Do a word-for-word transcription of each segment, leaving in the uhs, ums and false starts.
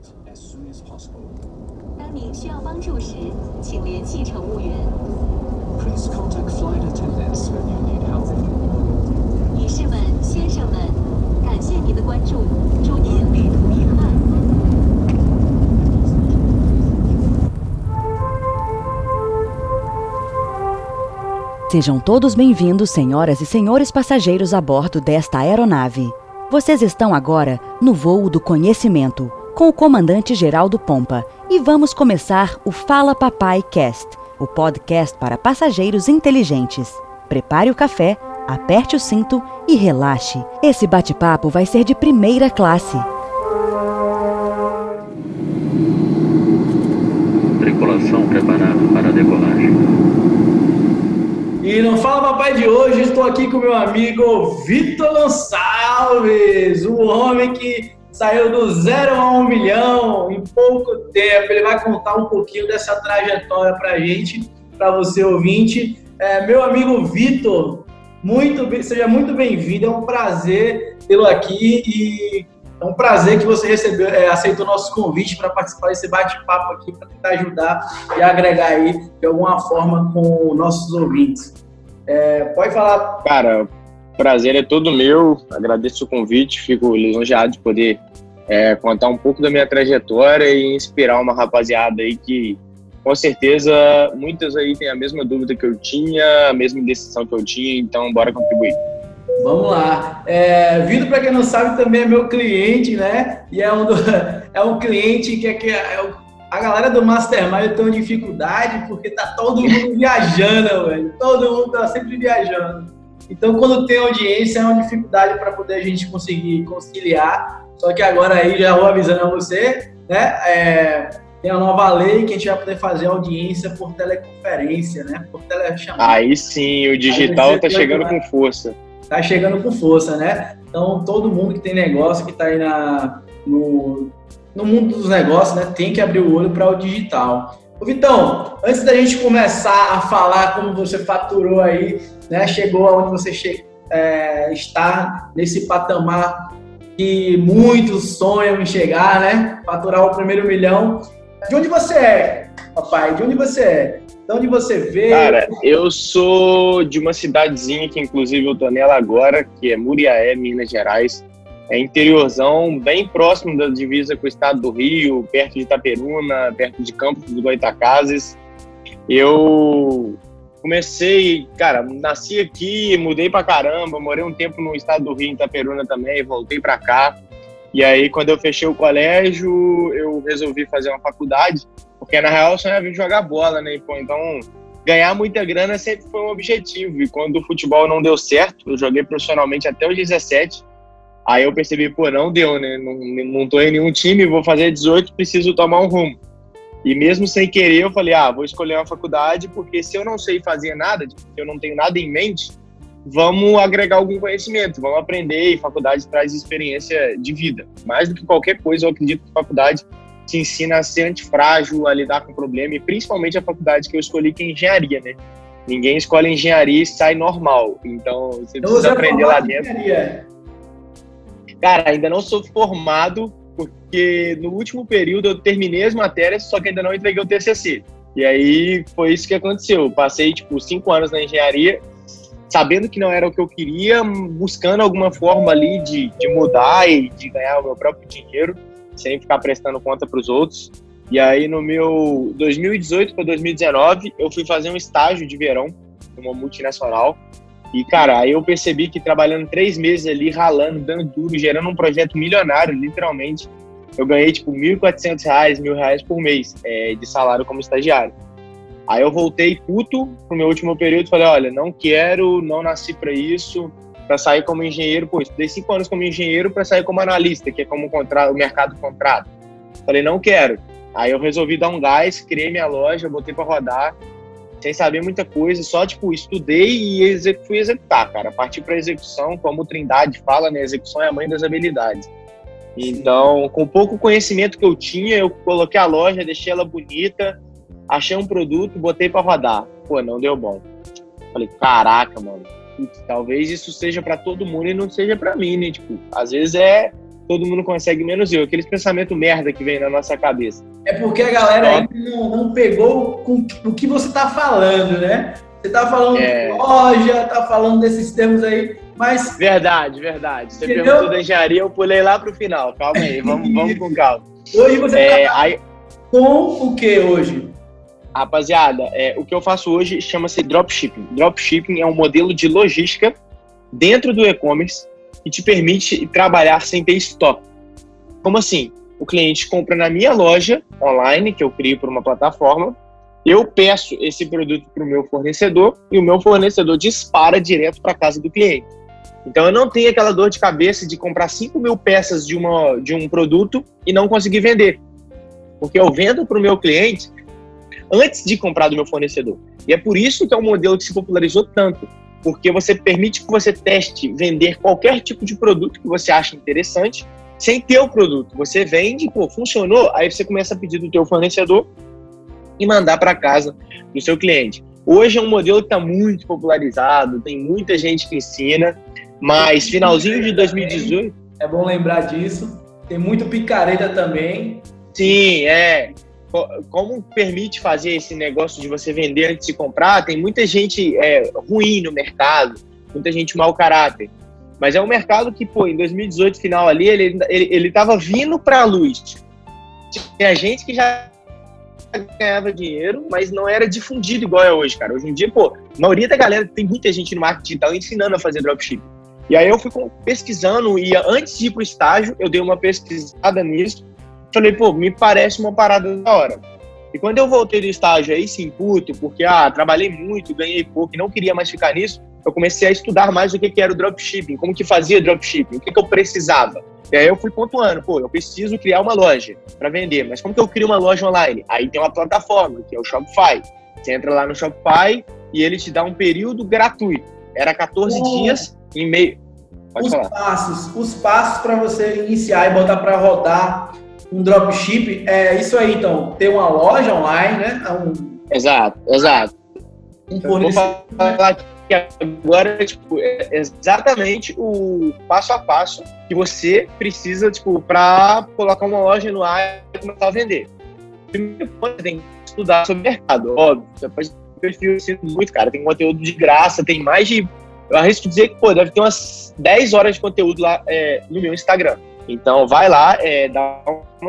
当您需要帮助时，请联系乘务员。 Please contact flight attendants when you need help. 女士们、先生们，感谢您的关注，祝您旅途愉快。 Sejam todos bem-vindos, senhoras e senhores passageiros a bordo desta aeronave. Vocês estão agora no voo do conhecimento, com o comandante Geraldo Pompa, e vamos começar o Fala Papai Cast, o podcast para passageiros inteligentes. Prepare o café, aperte o cinto e relaxe. Esse bate-papo vai ser de primeira classe. Tripulação preparada para a decolagem. E no Fala Papai de hoje, estou aqui com meu amigo Vitor Gonçalves, o homem que saiu do zero a um milhão em pouco tempo. Ele vai contar um pouquinho dessa trajetória para a gente, para você ouvinte. É, meu amigo Vitor, muito, seja muito bem-vindo, é um prazer tê-lo aqui e é um prazer que você recebeu, é, aceitou o nosso convite para participar desse bate-papo aqui, para tentar ajudar e agregar aí de alguma forma com nossos ouvintes. É, pode falar. Cara, o prazer é todo meu, agradeço o convite, fico lisonjeado de poder é, contar um pouco da minha trajetória e inspirar uma rapaziada aí que, com certeza, muitas aí têm a mesma dúvida que eu tinha, a mesma decisão que eu tinha, então bora contribuir. Vamos lá. É, Vitor, para quem não sabe, também é meu cliente, né? E é um, do, é um cliente que, é, que é, a galera do Mastermind tem dificuldade porque tá todo mundo viajando, velho. Todo mundo tá sempre viajando. Então, quando tem audiência, é uma dificuldade para poder a gente conseguir conciliar. Só que agora aí, já vou avisando a você, né? É, tem a nova lei que a gente vai poder fazer audiência por teleconferência, né? Por telechamada. Aí sim, o digital tá chegando com força. Tá chegando com força, né? Então, todo mundo que tem negócio, que tá aí na, no, no mundo dos negócios, né, tem que abrir o olho para o digital. Ô, Vitão, antes da gente começar a falar como você faturou aí, né, chegou aonde você che- é, está nesse patamar que muitos sonham em chegar, né? Faturar o primeiro milhão. De onde você é, papai? De onde você é? De onde você veio? Cara, eu sou de uma cidadezinha que inclusive eu tô nela agora, que é Muriaé, Minas Gerais. É interiorzão, bem próximo da divisa com o estado do Rio, perto de Itaperuna, perto de Campos dos Goytacazes. Eu comecei, cara, nasci aqui, mudei pra caramba, morei um tempo no estado do Rio, em Itaperuna também, voltei pra cá. E aí, quando eu fechei o colégio, eu resolvi fazer uma faculdade, porque na real eu sonhava em jogar bola, né? Então, ganhar muita grana sempre foi um objetivo. E quando o futebol não deu certo, eu joguei profissionalmente até os dezessete, aí eu percebi, pô, não deu, né? Não, não tô em nenhum time, vou fazer dezoito, preciso tomar um rumo. E mesmo sem querer, eu falei, ah, vou escolher uma faculdade, porque se eu não sei fazer nada, se eu não tenho nada em mente, vamos agregar algum conhecimento, vamos aprender, e faculdade traz experiência de vida. Mais do que qualquer coisa, eu acredito que a faculdade te ensina a ser antifrágil, a lidar com o problema, e principalmente a faculdade que eu escolhi, que é engenharia, né? Ninguém escolhe engenharia e sai normal, então você Então, precisa você aprender é lá dentro. Engenharia. Cara, ainda não sou formado, porque no último período eu terminei as matérias, só que ainda não entreguei o T C C. E aí foi isso que aconteceu. Eu passei, tipo, cinco anos na engenharia, sabendo que não era o que eu queria, buscando alguma forma ali de, de mudar e de ganhar o meu próprio dinheiro, sem ficar prestando conta para os outros. E aí no meu dois mil e dezoito para dois mil e dezenove, eu fui fazer um estágio de verão numa multinacional. E, cara, aí eu percebi que trabalhando três meses ali, ralando, dando duro, gerando um projeto milionário, literalmente, eu ganhei, tipo, mil e quatrocentos reais, mil reais por mês é, de salário como estagiário. Aí eu voltei puto pro meu último período e falei, olha, não quero, não nasci para isso, para sair como engenheiro. Pô, estudei cinco anos como engenheiro para sair como analista, que é como contra... o mercado contrata. Falei, não quero. Aí eu resolvi dar um gás, criei minha loja, botei para rodar, sem saber muita coisa, só, tipo, estudei e exec... fui executar, cara. Parti para execução, como o Trindade fala, né? Execução é a mãe das habilidades. Então, com pouco conhecimento que eu tinha, eu coloquei a loja, deixei ela bonita, achei um produto, botei para rodar. Pô, não deu bom. Falei, caraca, mano, putz, talvez isso seja para todo mundo e não seja para mim, né? Tipo, às vezes é todo mundo consegue, menos eu. Aqueles pensamentos merda que vem na nossa cabeça. É porque a galera ainda não, não pegou com o que você tá falando, né? Você tá falando É. de loja, tá falando desses termos aí, mas... Verdade, verdade. Você Entendeu? perguntou da engenharia, eu pulei lá pro final. Calma aí, vamos, vamos com calma. Hoje você É, tá aí, com o que hoje? rapaziada, é, o que eu faço hoje chama-se dropshipping. Dropshipping é um modelo de logística dentro do e-commerce que te permite trabalhar sem ter estoque. Como assim? O cliente compra na minha loja online, que eu crio por uma plataforma, eu peço esse produto para o meu fornecedor e o meu fornecedor dispara direto para a casa do cliente. Então eu não tenho aquela dor de cabeça de comprar cinco mil peças de, uma, de um produto e não conseguir vender. Porque eu vendo para o meu cliente antes de comprar do meu fornecedor. E é por isso que é um modelo que se popularizou tanto. Porque você permite que você teste vender qualquer tipo de produto que você acha interessante sem ter o produto. Você vende, pô, funcionou, aí você começa a pedir do teu fornecedor e mandar para casa do seu cliente. Hoje é um modelo que está muito popularizado, tem muita gente que ensina, mas finalzinho de dois mil e dezoito... É bom lembrar disso. Tem muito picareta também. Sim, é. Como permite fazer esse negócio de você vender antes de comprar? Tem muita gente é, ruim no mercado, muita gente mau caráter. Mas é um mercado que, pô, em dois mil e dezoito, final ali, ele, ele, ele tava vindo para a luz. Tinha gente que já ganhava dinheiro, mas não era difundido igual é hoje, cara. Hoje em dia, pô, a maioria da galera, tem muita gente no marketing digital ensinando a fazer dropshipping. E aí eu fui pesquisando, e antes de ir pro estágio, eu dei uma pesquisada nisso. Falei, pô, me parece uma parada da hora. E quando eu voltei do estágio aí, sim, puto, porque, ah, trabalhei muito, ganhei pouco e não queria mais ficar nisso, eu comecei a estudar mais o que, que era o dropshipping, como que fazia dropshipping, o que, que eu precisava. E aí eu fui pontuando, pô, eu preciso criar uma loja para vender, mas como que eu crio uma loja online? Aí tem uma plataforma, que é o Shopify. Você entra lá no Shopify e ele te dá um período gratuito. Era catorze oh. dias e meio. Pode os falar. passos, os passos para você iniciar e botar para rodar um dropship, é isso aí, então, ter uma loja online, né? Um, exato, exato. Um fornecedor. Vou falar que agora, tipo, é exatamente o passo a passo que você precisa, tipo, para colocar uma loja no ar e começar a vender. Primeiro, você tem que estudar sobre o mercado, óbvio. Depois do perfil, eu sinto muito, cara. Tem conteúdo de graça, tem mais de... Eu arrisco dizer que, pô, deve ter umas dez horas de conteúdo lá é, no meu Instagram. Então, vai lá, é, dá uma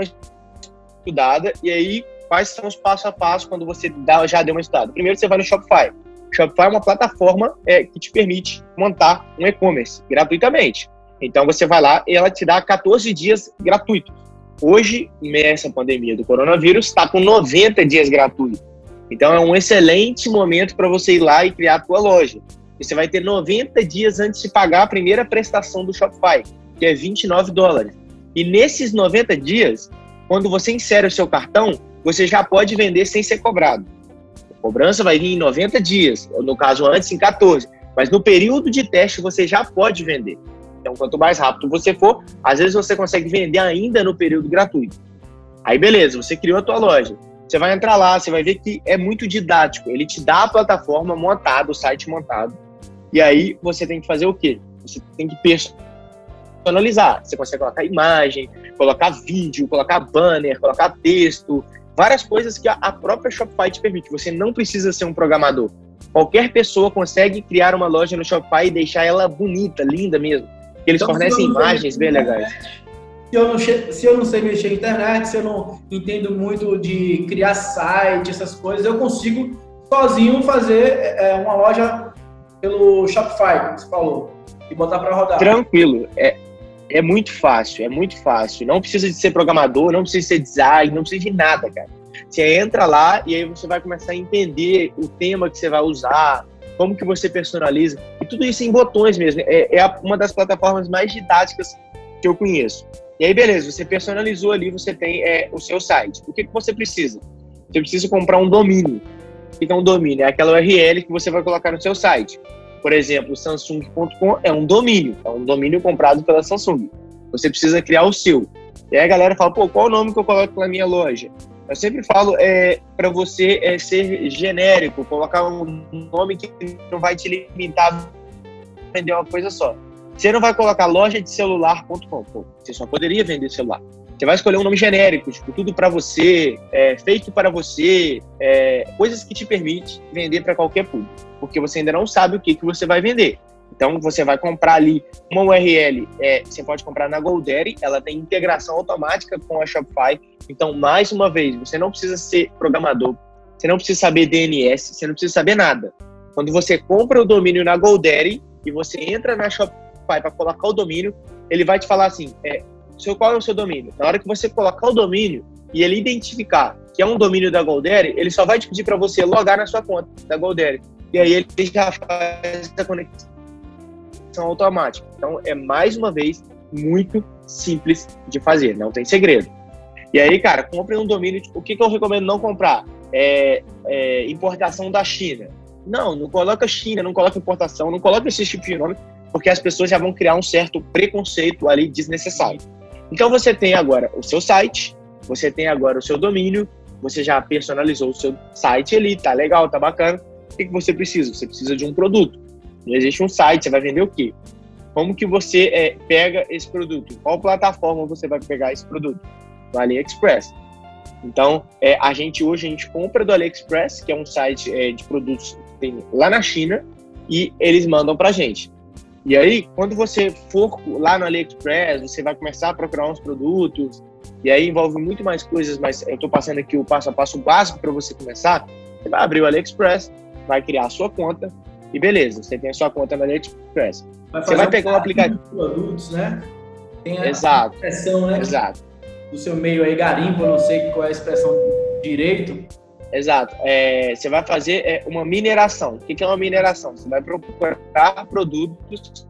estudada e aí, quais são os passo a passo quando você dá, já deu uma estudada? Primeiro, você vai no Shopify. O Shopify é uma plataforma é, que te permite montar um e-commerce gratuitamente. Então, você vai lá e ela te dá catorze dias gratuitos. Hoje, nessa pandemia do coronavírus, está com noventa dias gratuitos. Então, é um excelente momento para você ir lá e criar a tua loja. Você vai ter noventa dias antes de pagar a primeira prestação do Shopify, que é vinte e nove dólares. E nesses noventa dias, quando você insere o seu cartão, você já pode vender sem ser cobrado. A cobrança vai vir em noventa dias, no caso antes em catorze. Mas no período de teste você já pode vender. Então, quanto mais rápido você for, às vezes você consegue vender ainda no período gratuito. Aí beleza, você criou a tua loja. Você vai entrar lá, você vai ver que é muito didático. Ele te dá a plataforma montada, o site montado. E aí você tem que fazer o quê? Você tem que personalizar. Você consegue colocar imagem, colocar vídeo, colocar banner, colocar texto, várias coisas que a própria Shopify te permite. Você não precisa ser um programador. Qualquer pessoa consegue criar uma loja no Shopify e deixar ela bonita, linda mesmo. Eles então, fornecem imagens bem legais. Se eu, não, se eu não sei mexer na internet, se eu não entendo muito de criar site, essas coisas, eu consigo sozinho fazer é, uma loja pelo Shopify, como você falou, e botar para rodar. Tranquilo. É, é muito fácil, é muito fácil. Não precisa de ser programador, não precisa de ser design, não precisa de nada, cara. Você entra lá e aí você vai começar a entender o tema que você vai usar, como que você personaliza, e tudo isso em botões mesmo. É, é uma das plataformas mais didáticas que eu conheço. E aí, beleza, você personalizou ali, você tem é, o seu site. O que, que você precisa? Você precisa comprar um domínio. O que é um domínio? É aquela U R L que você vai colocar no seu site. Por exemplo, Samsung ponto com é um domínio, é um domínio comprado pela Samsung. Você precisa criar o seu. E aí a galera fala, pô, qual o nome que eu coloco na minha loja? Eu sempre falo é, para você é, ser genérico, colocar um nome que não vai te limitar a vender uma coisa só. Você não vai colocar loja de celular ponto com. Pô, você só poderia vender celular. Você vai escolher um nome genérico, tipo, tudo para você, é, feito para você, é, coisas que te permitem vender para qualquer público, porque você ainda não sabe o que, que você vai vender. Então, você vai comprar ali uma U R L, é, você pode comprar na GoDaddy, ela tem integração automática com a Shopify. Então, mais uma vez, você não precisa ser programador, você não precisa saber D N S, você não precisa saber nada. Quando você compra o domínio na GoDaddy e você entra na Shopify para colocar o domínio, ele vai te falar assim, é, seu, qual é o seu domínio? Na hora que você colocar o domínio e ele identificar que é um domínio da GoDaddy, ele só vai te pedir para você logar na sua conta da GoDaddy. E aí ele já faz a conexão automática. Então, é, mais uma vez, muito simples de fazer, não tem segredo. E aí, cara, compre um domínio. O que, que eu recomendo não comprar? É, é importação da China. Não, não coloca China, não coloca importação, não coloca esse tipo de nome, porque as pessoas já vão criar um certo preconceito ali desnecessário. Então, você tem agora o seu site, você tem agora o seu domínio, você já personalizou o seu site ali, tá legal, tá bacana. O que, que você precisa? Você precisa de um produto. Não existe um site, você vai vender o quê? Como que você é, pega esse produto? Qual plataforma você vai pegar esse produto? Do AliExpress. Então, é, a gente hoje a gente compra do AliExpress, que é um site é, de produtos que tem lá na China, e eles mandam pra gente. E aí, quando você for lá no AliExpress, você vai começar a procurar uns produtos, e aí envolve muito mais coisas, mas eu tô passando aqui o passo a passo básico para você começar. Você vai abrir o AliExpress, vai criar a sua conta, e beleza, você tem a sua conta no AliExpress. Vai você vai pegar um aplicativo. Produtos, né? Tem a Exato. expressão, né? Exato. Do seu meio aí, garimpo, eu não sei qual é a expressão direito. Exato. É, você vai fazer é, uma mineração. O que, que é uma mineração? Você vai procurar produtos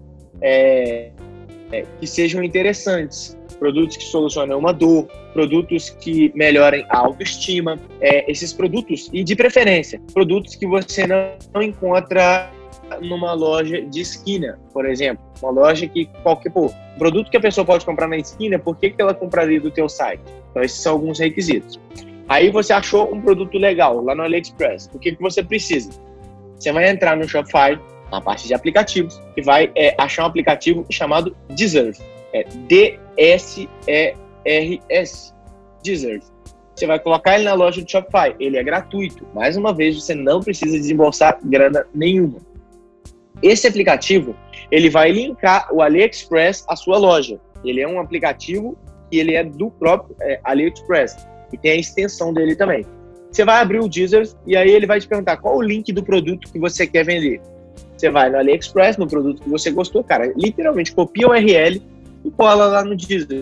é, é, que sejam interessantes, produtos que solucionem uma dor, produtos que melhorem a autoestima, é, esses produtos, e de preferência, produtos que você não, não encontra numa loja de esquina, por exemplo. Uma loja que qualquer pô, produto que a pessoa pode comprar na esquina, por que, que ela compraria do teu site? Então, esses são alguns requisitos. Aí você achou um produto legal lá no AliExpress. O que, que você precisa? Você vai entrar no Shopify, na parte de aplicativos, e vai é, achar um aplicativo chamado Deserve. É D S E R S. Deserve. Você vai colocar ele na loja do Shopify. Ele é gratuito. Mais uma vez, você não precisa desembolsar grana nenhuma. Esse aplicativo, ele vai linkar o AliExpress à sua loja. Ele é um aplicativo que ele é do próprio é, AliExpress. E tem a extensão dele também. Você vai abrir o Deezer e aí ele vai te perguntar qual o link do produto que você quer vender. Você vai no AliExpress, no produto que você gostou, cara, literalmente copia o U R L e cola lá no Deezer.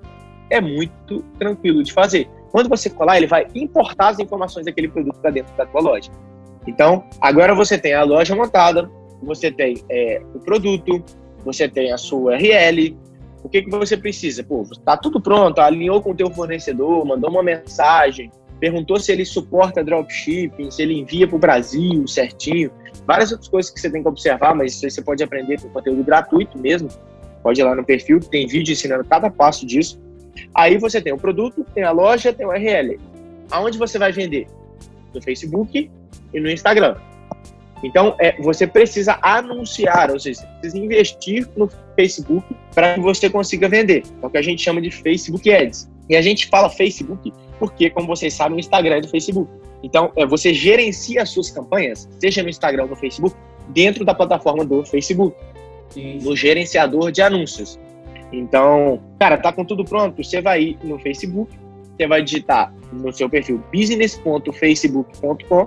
É muito tranquilo de fazer. Quando você colar, ele vai importar as informações daquele produto para dentro da tua loja. Então, agora você tem a loja montada, você tem é, o produto, você tem a sua U R L. O que, que você precisa? Pô, tá tudo pronto, alinhou com o teu fornecedor, mandou uma mensagem, perguntou se ele suporta dropshipping, se ele envia para o Brasil certinho. Várias outras coisas que você tem que observar, mas isso aí você pode aprender com conteúdo gratuito mesmo. Pode ir lá no perfil, que tem vídeo ensinando cada passo disso. Aí você tem o produto, tem a loja, tem o U R L. Aonde você vai vender? No Facebook e no Instagram. Então, é, você precisa anunciar, ou seja, você precisa investir no Facebook para que você consiga vender. É o que a gente chama de Facebook Ads. E a gente fala Facebook porque, como vocês sabem, o Instagram é do Facebook. Então, é, você gerencia as suas campanhas, seja no Instagram ou no Facebook, dentro da plataforma do Facebook, Sim. no gerenciador de anúncios. Então, cara, tá com tudo pronto, você vai ir no Facebook, você vai digitar no seu perfil business ponto facebook ponto com,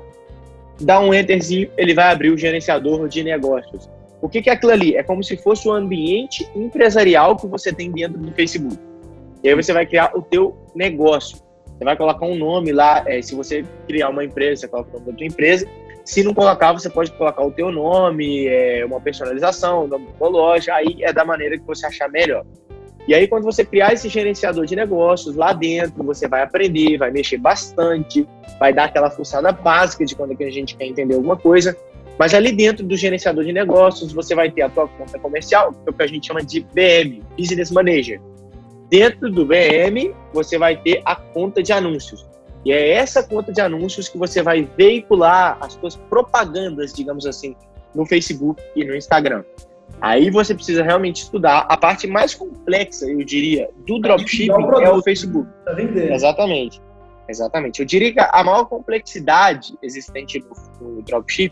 dá um enterzinho, ele vai abrir o gerenciador de negócios. O que, que é aquilo ali? É como se fosse o ambiente empresarial que você tem dentro do Facebook. E aí você vai criar o teu negócio. Você vai colocar um nome lá, é, se você criar uma empresa, você coloca o nome da tua empresa. Se não colocar, você pode colocar o teu nome, é, uma personalização, o nome da tua loja, aí é da maneira que você achar melhor. E aí, quando você criar esse gerenciador de negócios, lá dentro você vai aprender, vai mexer bastante, vai dar aquela fuçada básica de quando a gente quer entender alguma coisa. Mas ali dentro do gerenciador de negócios, você vai ter a tua conta comercial, que é o que a gente chama de B M, Business Manager. Dentro do B M, você vai ter a conta de anúncios. E é essa conta de anúncios que você vai veicular as suas propagandas, digamos assim, no Facebook e no Instagram. Aí você precisa realmente estudar. A parte mais complexa, eu diria, do dropshipping é o Facebook. Pra vender. Exatamente. Exatamente. Eu diria que a maior complexidade existente no, no dropshipping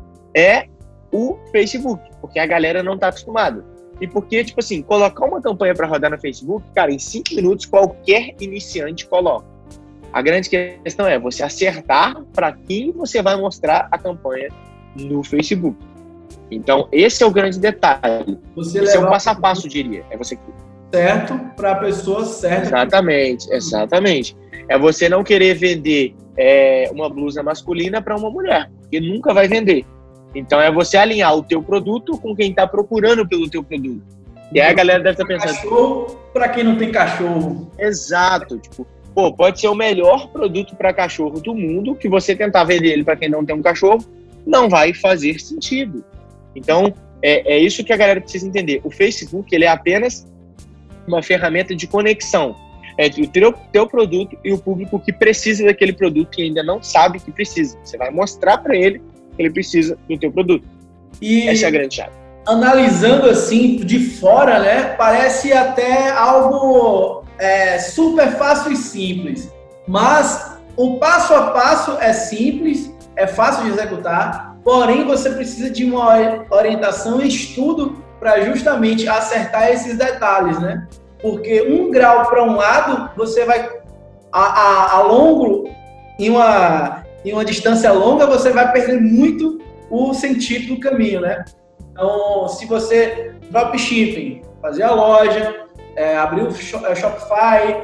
é o Facebook, porque a galera não está acostumada. E porque, tipo assim, colocar uma campanha para rodar no Facebook, cara, em cinco minutos qualquer iniciante coloca. A grande questão é você acertar para quem você vai mostrar a campanha no Facebook. Então, esse é o grande detalhe. Você esse é o levar passo a passo, eu diria. É você certo para a pessoa certa. Exatamente, exatamente. É você não querer vender é, uma blusa masculina para uma mulher, porque nunca vai vender. Então é você alinhar o teu produto com quem está procurando pelo teu produto. E aí a galera deve estar tá pensando... Cachorro para quem não tem cachorro. Exato. Tipo, pô, pode ser o melhor produto para cachorro do mundo, que você tentar vender ele para quem não tem um cachorro, não vai fazer sentido. Então, é, é isso que a galera precisa entender. O Facebook, ele é apenas uma ferramenta de conexão entre o teu, teu produto e o público que precisa daquele produto e ainda não sabe que precisa. Você vai mostrar para ele que ele precisa do teu produto. E essa é a grande chave. Analisando assim de fora, né, parece até algo é, super fácil e simples. Mas o passo a passo é simples, é fácil de executar, porém você precisa de uma orientação e estudo para justamente acertar esses detalhes, né? Porque um grau para um lado, você vai a, a, a longo, em uma, em uma distância longa, você vai perder muito o sentido do caminho, né? Então, se você dropshipping, fazer a loja, é, abrir o Shopify,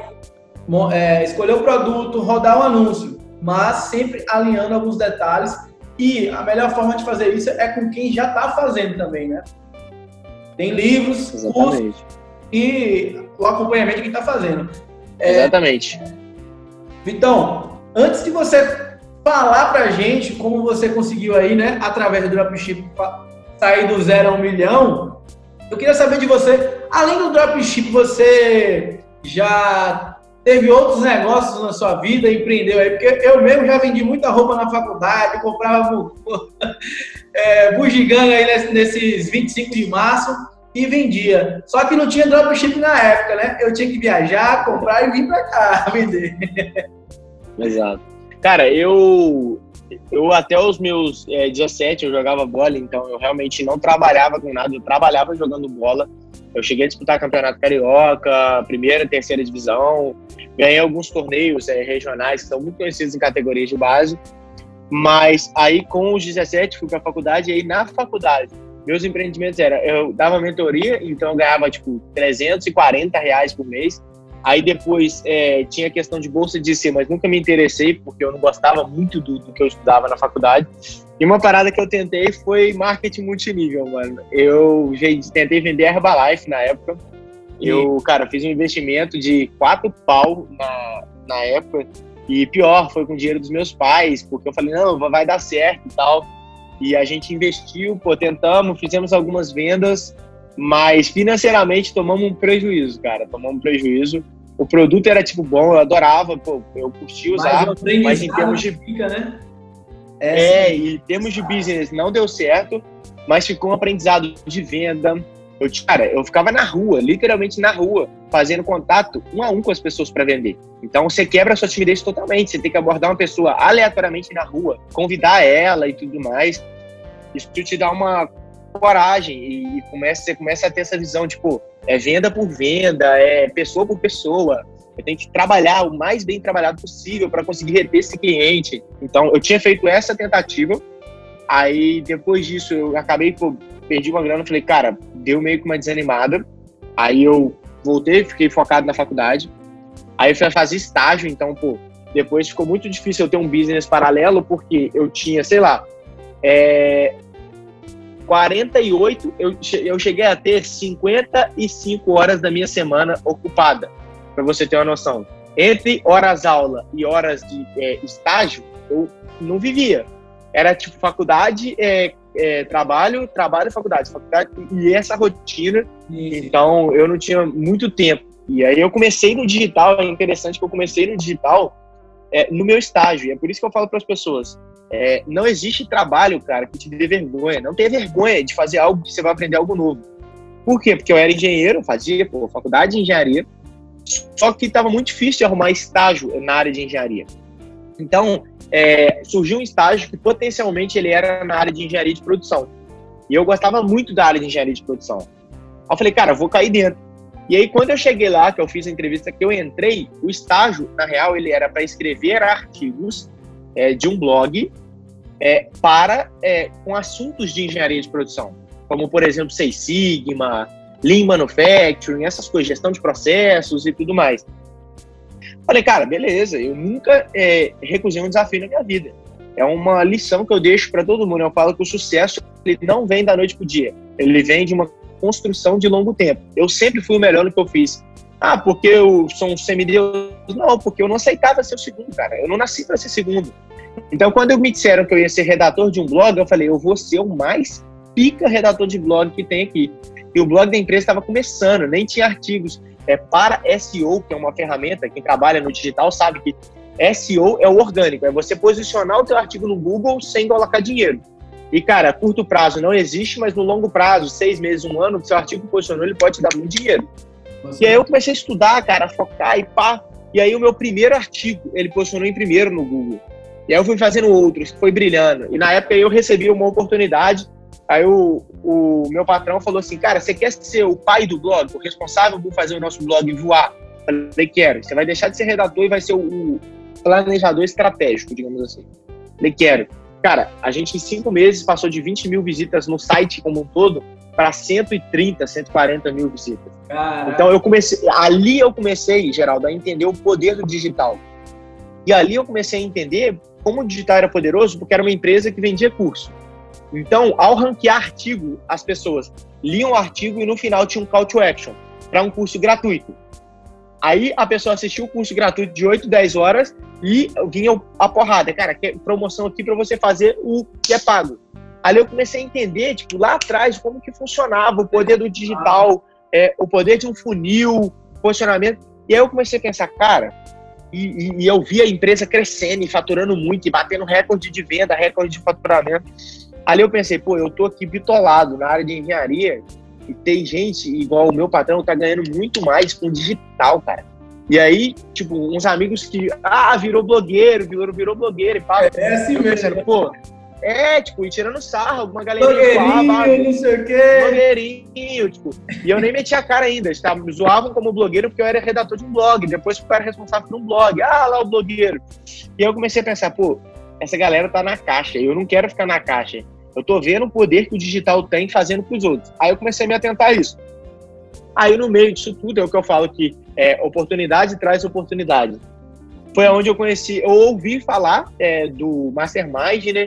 é, escolher o produto, rodar o anúncio, mas sempre alinhando alguns detalhes. E a melhor forma de fazer isso é com quem já está fazendo também, né? Tem livros, Exatamente. cursos e o acompanhamento de quem está fazendo. É, Exatamente. Vitão, antes de você falar pra gente como você conseguiu aí, né, através do dropshipping, sair do zero a um milhão, eu queria saber de você, além do dropshipping, você já teve outros negócios na sua vida, empreendeu aí? Porque eu mesmo já vendi muita roupa na faculdade, comprava é, bugiganga aí nesses vinte e cinco de março e vendia. Só que não tinha dropshipping na época, né? Eu tinha que viajar, comprar e vir pra cá vender. Exato. Cara, eu, eu até os meus é, dezessete eu jogava bola, então eu realmente não trabalhava com nada, eu trabalhava jogando bola. Eu cheguei a disputar campeonato carioca, primeira, terceira divisão, ganhei alguns torneios é, regionais que são muito conhecidos em categorias de base, mas aí com os dezessete fui para a faculdade e aí na faculdade meus empreendimentos eram, eu dava mentoria, então eu ganhava tipo trezentos e quarenta reais por mês. Aí depois é, tinha a questão de bolsa de ser, mas nunca me interessei, porque eu não gostava muito do, do que eu estudava na faculdade. E uma parada que eu tentei foi marketing multinível, mano. Eu tentei vender Herbalife na época. Eu, cara, fiz um investimento de quatro pau na, na época. E pior, foi com o dinheiro dos meus pais, porque eu falei, não, vai dar certo e tal. E a gente investiu, pô, tentamos, fizemos algumas vendas, mas financeiramente tomamos um prejuízo, cara. Tomamos um prejuízo. O produto era, tipo, bom, eu adorava, pô, eu curti usar, mas, mas em termos de... Fica, né? É, é, e em termos de business não deu certo, mas ficou um aprendizado de venda. Eu, cara, eu ficava na rua, literalmente na rua, fazendo contato um a um com as pessoas para vender. Então, você quebra a sua timidez totalmente. Você tem que abordar uma pessoa aleatoriamente na rua, convidar ela e tudo mais. Isso te dá uma coragem e começa, você começa a ter essa visão, tipo, é venda por venda, é pessoa por pessoa. Eu tenho que trabalhar o mais bem trabalhado possível para conseguir reter esse cliente. Então, eu tinha feito essa tentativa. Aí, depois disso, eu acabei, pô, perdi uma grana. Falei, cara, deu meio que uma desanimada. Aí, eu voltei, fiquei focado na faculdade. Aí, eu fui fazer estágio. Então, pô, depois ficou muito difícil eu ter um business paralelo, porque eu tinha, sei lá, é... quarenta e oito, eu, eu cheguei a ter cinquenta e cinco horas da minha semana ocupada, para você ter uma noção. Entre horas aula e horas de é, estágio, eu não vivia. Era tipo faculdade, é, é, trabalho, trabalho, faculdade, faculdade, e essa rotina. Isso. Então, eu não tinha muito tempo. E aí eu comecei no digital, é interessante que eu comecei no digital é, no meu estágio, e é por isso que eu falo para as pessoas, É, não existe trabalho, cara, que te dê vergonha. Não tenha vergonha de fazer algo que você vai aprender algo novo. Por quê? Porque eu era engenheiro, fazia pô, faculdade de engenharia, só que estava muito difícil de arrumar estágio na área de engenharia. Então, é, surgiu um estágio que potencialmente ele era na área de engenharia de produção. E eu gostava muito da área de engenharia de produção. Aí eu falei, cara, eu vou cair dentro. E aí, quando eu cheguei lá, que eu fiz a entrevista, que eu entrei, o estágio, na real, ele era para escrever artigos é, de um blog é, para, é, com assuntos de engenharia de produção. Como, por exemplo, Six Sigma, Lean Manufacturing, essas coisas, gestão de processos e tudo mais. Falei, cara, beleza, eu nunca é, recusei um desafio na minha vida. É uma lição que eu deixo para todo mundo. Eu falo que o sucesso ele não vem da noite pro dia. Ele vem de uma construção de longo tempo. Eu sempre fui o melhor no que eu fiz. Ah, porque eu sou um semideus? Não, porque eu não aceitava ser o segundo, cara. Eu não nasci para ser segundo. Então, quando me disseram que eu ia ser redator de um blog, eu falei, eu vou ser o mais pica redator de blog que tem aqui. E o blog da empresa estava começando, nem tinha artigos. É, para S E O, que é uma ferramenta, quem trabalha no digital sabe que S E O é o orgânico, é você posicionar o teu artigo no Google sem colocar dinheiro. E, cara, a curto prazo não existe, mas no longo prazo, seis meses, um ano, o seu artigo posicionou, ele pode te dar muito dinheiro. Você... E aí eu comecei a estudar, cara, focar e pá. E aí o meu primeiro artigo, ele posicionou em primeiro no Google. E aí eu fui fazendo outros, foi brilhando. E na época eu recebi uma oportunidade. Aí o, o meu patrão falou assim, cara, você quer ser o pai do blog, o responsável por fazer o nosso blog voar? Eu falei, quero. Você vai deixar de ser redator e vai ser o, o planejador estratégico, digamos assim. Eu falei, quero. Cara, a gente em cinco meses passou de vinte mil visitas no site como um todo para cento e trinta, cento e quarenta mil visitas. Caraca. Então eu comecei, ali eu comecei, Geraldo, a entender o poder do digital. E ali eu comecei a entender como o digital era poderoso, porque era uma empresa que vendia curso. Então, ao ranquear artigo, as pessoas liam o artigo e no final tinha um call to action para um curso gratuito. Aí a pessoa assistiu o curso gratuito de oito, dez horas e vinha a porrada. Cara, que promoção aqui para você fazer o que é pago. Ali eu comecei a entender, tipo, lá atrás, como que funcionava o poder do digital, é, o poder de um funil, posicionamento. E aí eu comecei a pensar, cara, e, e, e eu vi a empresa crescendo e faturando muito, e batendo recorde de venda, recorde de faturamento. Ali eu pensei, pô, eu tô aqui bitolado na área de engenharia e tem gente igual o meu patrão que tá ganhando muito mais com digital, cara. E aí, tipo, uns amigos que, ah, virou blogueiro, virou, virou blogueiro e pá. É assim mesmo. Pensando, pô, é, tipo, e tirando sarro, alguma galerinha blogueirinho, zoava, não sei o quê. Blogueirinho, tipo. E eu nem metia a cara ainda, eles tavam, me zoavam como blogueiro porque eu era redator de um blog, depois eu era responsável por um blog, ah, lá o blogueiro. E aí eu comecei a pensar, pô, essa galera tá na caixa, eu não quero ficar na caixa. Eu tô vendo o poder que o digital tem fazendo pros outros. Aí eu comecei a me atentar a isso. Aí no meio disso tudo é o que eu falo que é, oportunidade traz oportunidade. Foi onde eu conheci, eu ouvi falar é, do Mastermind, né?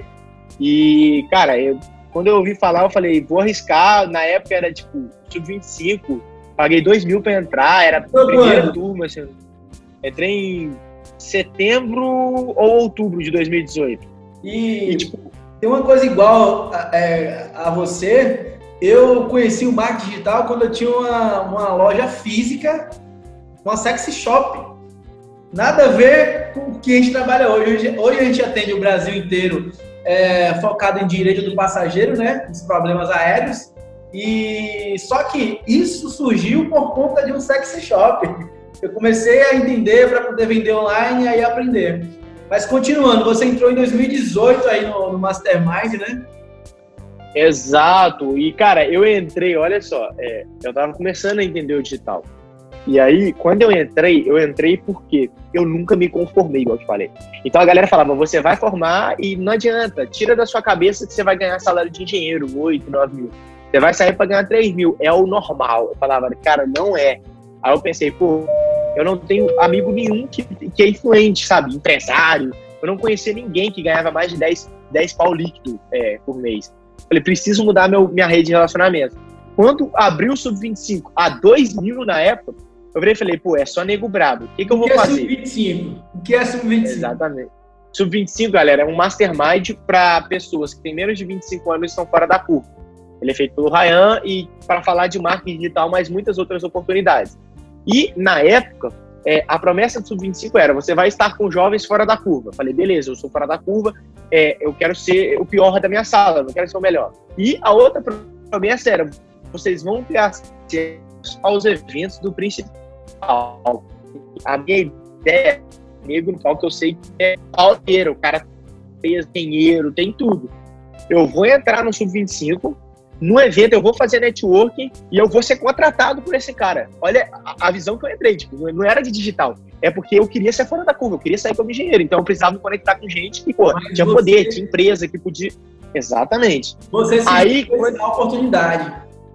E, cara, eu, quando eu ouvi falar, eu falei, vou arriscar. Na época era tipo sub vinte e cinco, paguei dois mil pra entrar, era a primeira turma, assim. Entrei em setembro ou outubro de dois mil e dezoito. E, e tipo, tem uma coisa igual a, é, a você. Eu conheci o marketing digital quando eu tinha uma, uma loja física, uma sexy shop. Nada a ver com o que a gente trabalha hoje. Hoje, hoje a gente atende o Brasil inteiro é, focado em direito do passageiro, né? Os problemas aéreos. E só que isso surgiu por conta de um sexy shop. Eu comecei a entender para poder vender online e aí aprender. Mas continuando, você entrou em dois mil e dezoito aí no, no Mastermind, né? Exato. E, cara, eu entrei, olha só, é, eu tava começando a entender o digital. E aí, quando eu entrei, eu entrei porque eu nunca me conformei, igual eu te falei. Então a galera falava, você vai formar e não adianta, tira da sua cabeça que você vai ganhar salário de engenheiro, oito, nove mil. Você vai sair para ganhar três mil, é o normal. Eu falava, cara, não é. Aí eu pensei, pô, eu não tenho amigo nenhum que, que é influente, sabe? Empresário. Eu não conhecia ninguém que ganhava mais de dez, dez pau líquido é, por mês. Falei, preciso mudar meu, minha rede de relacionamento. Quando abriu o sub vinte e cinco a dois mil na época, eu virei e falei, pô, é só nego brabo. O que, que eu vou fazer? O que é sub vinte e cinco? O que é sub vinte e cinco? Exatamente. sub vinte e cinco, galera, é um mastermind para pessoas que têm menos de vinte e cinco anos e estão fora da curva. Ele é feito pelo Ryan e para falar de marketing digital, mas muitas outras oportunidades. E, na época, é, a promessa do sub vinte e cinco era, você vai estar com jovens fora da curva. Falei, beleza, eu sou fora da curva, é, eu quero ser o pior da minha sala, não quero ser o melhor. E a outra promessa era, vocês vão ter acesso aos eventos do principal. A minha ideia, nego no palco, que eu sei que é palmeiro, o cara tem dinheiro, tem tudo. Eu vou entrar no sub vinte e cinco, no evento eu vou fazer networking e eu vou ser contratado por esse cara. Olha a, a visão que eu entrei, tipo, não era de digital, é porque eu queria ser fora da curva, eu queria sair como engenheiro, então eu precisava me conectar com gente que, pô, Mas tinha você... poder, tinha empresa que podia... Exatamente. Você se aí quando... a oportunidade.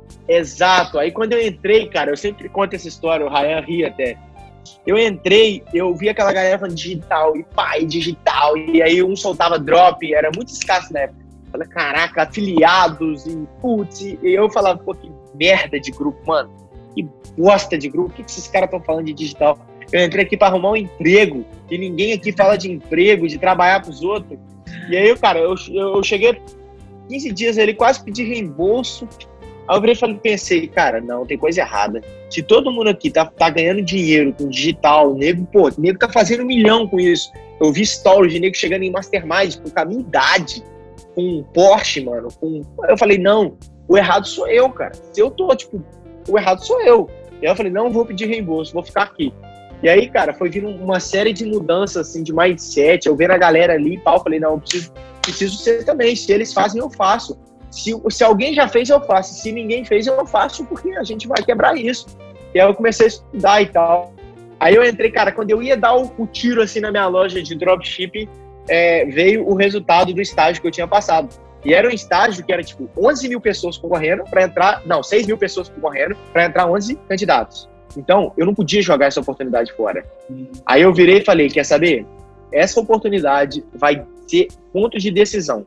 Exato. Aí quando eu entrei, cara, eu sempre conto essa história, o Ryan ri até. Eu entrei, eu vi aquela galera falando digital, e pai, digital, e aí um soltava drop, era muito escasso na época. Eu falei, caraca, afiliados, e putz, e eu falava, pô, que merda de grupo, mano, que bosta de grupo, o que, que esses caras estão falando de digital? Eu entrei aqui para arrumar um emprego, e ninguém aqui fala de emprego, de trabalhar pros outros. E aí, cara, eu, eu cheguei quinze dias ali, quase pedi reembolso. Aí eu virei e pensei, cara, não, tem coisa errada. Se todo mundo aqui tá, tá ganhando dinheiro com digital, o nego, pô, o nego tá fazendo um milhão com isso. Eu vi stories de nego chegando em mastermind com a minha idade, com um Porsche, mano. Com... Eu falei, não, o errado sou eu, cara. Se eu tô, tipo, o errado sou eu. E aí eu falei, não vou pedir reembolso, vou ficar aqui. E aí, cara, foi vindo uma série de mudanças, assim, de mindset. Eu vendo a galera ali e pau, falei, não, eu preciso, preciso ser também. Se eles fazem, eu faço. Se, se alguém já fez, eu faço. Se ninguém fez, eu faço, porque a gente vai quebrar isso. E aí eu comecei a estudar e tal. Aí eu entrei, cara, quando eu ia dar o, o tiro, assim, na minha loja de dropshipping, é, veio o resultado do estágio que eu tinha passado. E era um estágio que era, tipo, onze mil pessoas concorrendo para entrar... Não, seis mil pessoas concorrendo para entrar onze candidatos. Então, eu não podia jogar essa oportunidade fora. Hum. Aí eu virei e falei, quer saber? Essa oportunidade vai ser ponto de decisão.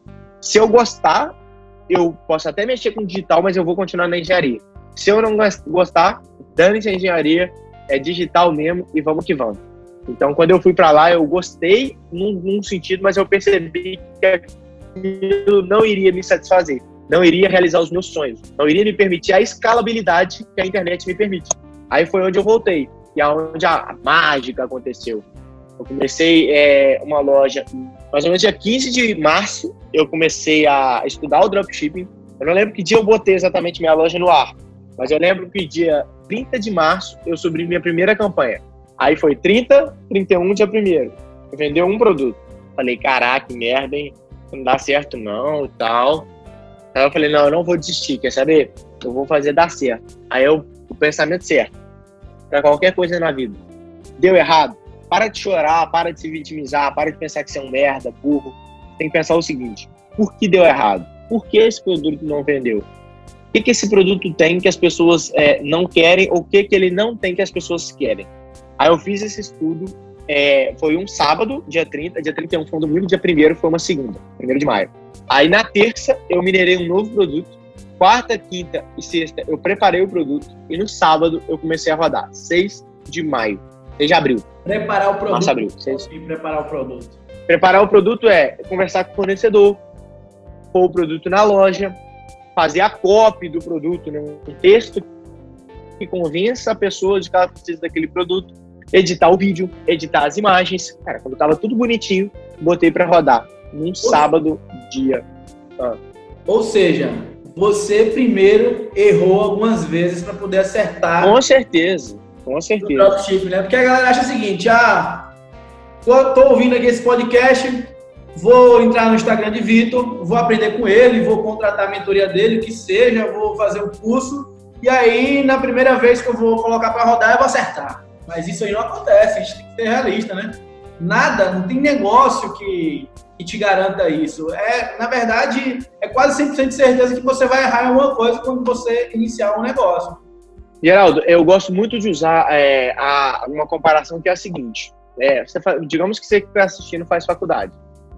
Se eu gostar, eu posso até mexer com digital, mas eu vou continuar na engenharia. Se eu não gostar, dane-se a engenharia, é digital mesmo e vamos que vamos. Então, quando eu fui para lá, eu gostei num, num sentido, mas eu percebi que aquilo não iria me satisfazer, não iria realizar os meus sonhos, não iria me permitir a escalabilidade que a internet me permite. Aí foi onde eu voltei, e é onde a mágica aconteceu. Eu comecei é, uma loja, mais ou menos dia quinze de março, eu comecei a estudar o dropshipping. Eu não lembro que dia eu botei exatamente minha loja no ar, mas eu lembro que dia trinta de março eu subi minha primeira campanha. Aí foi trinta, trinta e um, dia primeiro. Eu vendi um produto. Falei, caraca, que merda, hein? Não dá certo não e tal. Aí eu falei, não, eu não vou desistir, quer saber? Eu vou fazer dar certo. Aí eu, o pensamento certo, pra qualquer coisa na vida. Deu errado? Para de chorar, para de se vitimizar, para de pensar que você é um merda, burro. Tem que pensar o seguinte, por que deu errado? Por que esse produto não vendeu? O que, que esse produto tem que as pessoas é, não querem, ou o que, que ele não tem que as pessoas querem? Aí eu fiz esse estudo, é, foi um sábado, dia trinta, dia trinta e um foi um domingo, dia primeiro foi uma segunda, primeiro de maio. Aí na terça eu minerei um novo produto, quarta, quinta e sexta eu preparei o produto e no sábado eu comecei a rodar, seis de maio, seis de abril. Preparar o produto. Março, abril. seis. E preparar o produto. Preparar o produto é conversar com o fornecedor, pôr o produto na loja, fazer a copy do produto, né? Um texto que convença a pessoa de que ela precisa daquele produto, editar o vídeo, editar as imagens. Cara, quando tava tudo bonitinho, botei para rodar num sábado, dia. Ah. Ou seja, você primeiro errou algumas vezes para poder acertar. Com certeza, com certeza. O dropship, né? Porque a galera acha o seguinte, ah, tô, tô ouvindo aqui esse podcast, vou entrar no Instagram de Vitor, vou aprender com ele, vou contratar a mentoria dele, que seja, vou fazer o curso, e aí, na primeira vez que eu vou colocar para rodar, eu vou acertar. Mas isso aí não acontece, a gente tem que ser realista, né? Nada, não tem negócio que, que te garanta isso. É, na verdade, é quase cem por cento de certeza que você vai errar em alguma coisa quando você iniciar um negócio. Geraldo, eu gosto muito de usar é, a, uma comparação que é a seguinte. É, você, digamos que você que está assistindo faz faculdade.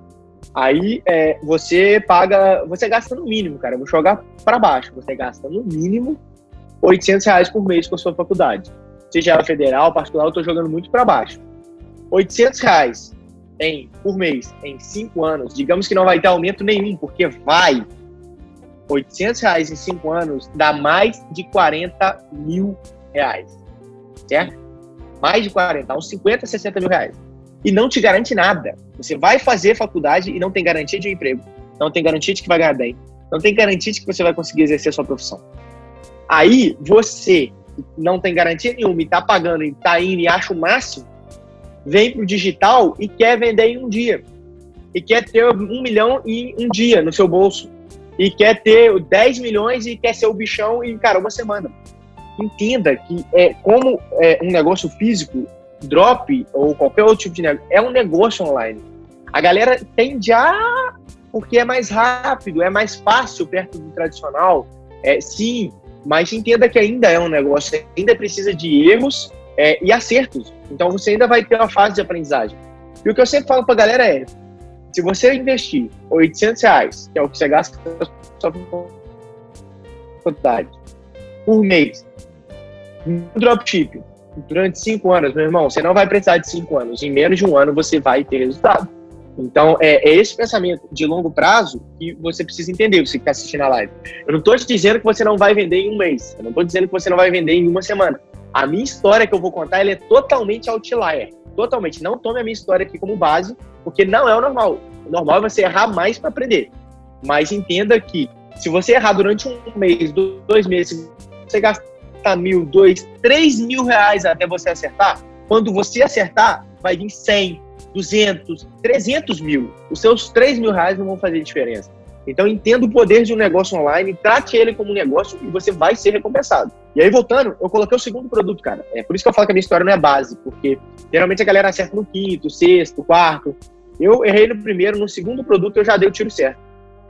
Aí é, você paga, você gasta no mínimo, cara. Eu vou jogar para baixo. Você gasta no mínimo oitocentos reais por mês com a sua faculdade. Seja ela federal, particular, eu estou jogando muito para baixo. oitocentos reais em, por mês em cinco anos, digamos que não vai ter aumento nenhum, porque vai. oitocentos reais em cinco anos dá mais de quarenta mil reais. Certo? Mais de quarenta, uns cinquenta, sessenta mil reais. E não te garante nada. Você vai fazer faculdade e não tem garantia de um emprego. Não tem garantia de que vai ganhar bem. Não tem garantia de que você vai conseguir exercer a sua profissão. Aí, você não tem garantia nenhuma e tá pagando e tá indo e acha o máximo, vem pro digital e quer vender em um dia. E quer ter um milhão em um dia no seu bolso. E quer ter dez milhões e quer ser o bichão em, cara, uma semana. Entenda que é, como é, um negócio físico, drop ou qualquer outro tipo de negócio, é um negócio online. A galera tende a... porque é mais rápido, é mais fácil perto do tradicional. É, sim, mas entenda que ainda é um negócio, ainda precisa de erros é, e acertos. Então você ainda vai ter uma fase de aprendizagem. E o que eu sempre falo pra galera é, se você investir oitocentos reais, que é o que você gasta na sua faculdade, por mês, no dropshipping, durante cinco anos, meu irmão, você não vai precisar de cinco anos. Em menos de um ano você vai ter resultado. Então, é, é esse pensamento de longo prazo que você precisa entender, você que está assistindo a live. Eu não estou te dizendo que você não vai vender em um mês. Eu não estou dizendo que você não vai vender em uma semana. A minha história que eu vou contar, ela é totalmente outlier. Totalmente. Não tome a minha história aqui como base, porque não é o normal. O normal é você errar mais para aprender. Mas entenda que se você errar durante um mês, dois meses, você gastar mil, dois, três mil reais até você acertar, quando você acertar, vai vir cem, duzentos, trezentos mil. Os seus três mil reais não vão fazer diferença. Então, entenda o poder de um negócio online, trate ele como um negócio e você vai ser recompensado. E aí, voltando, eu coloquei o segundo produto, cara. É por isso que eu falo que a minha história não é base, porque geralmente a galera acerta no quinto, sexto, quarto. Eu errei no primeiro, no segundo produto eu já dei o tiro certo.